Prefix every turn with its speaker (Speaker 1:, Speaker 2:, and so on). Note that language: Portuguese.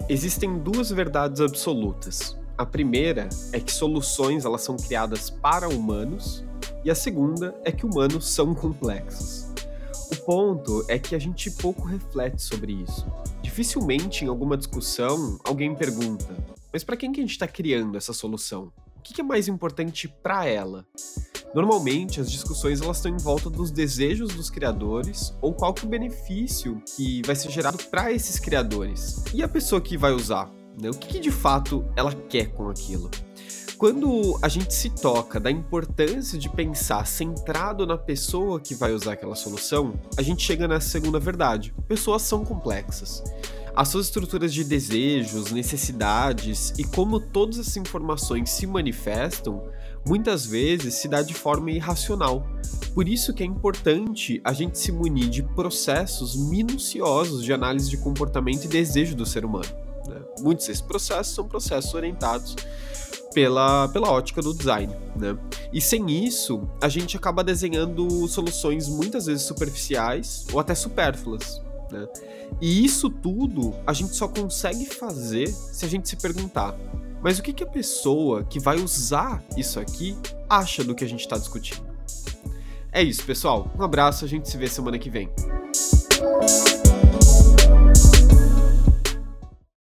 Speaker 1: Existem duas verdades absolutas. A primeira é que soluções elas são criadas para humanos, e a segunda é que humanos são complexos. O ponto é que a gente pouco reflete sobre isso. Dificilmente em alguma discussão alguém pergunta: mas para quem que a gente está criando essa solução? O que é mais importante para ela? Normalmente as discussões elas estão em volta dos desejos dos criadores ou qual que é o benefício que vai ser gerado para esses criadores. E a pessoa que vai usar, né? O que de fato ela quer com aquilo? Quando a gente se toca da importância de pensar centrado na pessoa que vai usar aquela solução, a gente chega nessa segunda verdade. Pessoas são complexas. As suas estruturas de desejos, necessidades e como todas essas informações se manifestam, muitas vezes se dá de forma irracional. Por isso que é importante a gente se munir de processos minuciosos de análise de comportamento e desejo do ser humano, né? Muitos desses processos são processos orientados pela ótica do design, né? E sem isso, a gente acaba desenhando soluções muitas vezes superficiais ou até supérfluas, né? E isso tudo a gente só consegue fazer se a gente se perguntar: mas o que a pessoa que vai usar isso aqui acha do que a gente está discutindo? É isso, pessoal. Um abraço, a gente se vê semana que vem.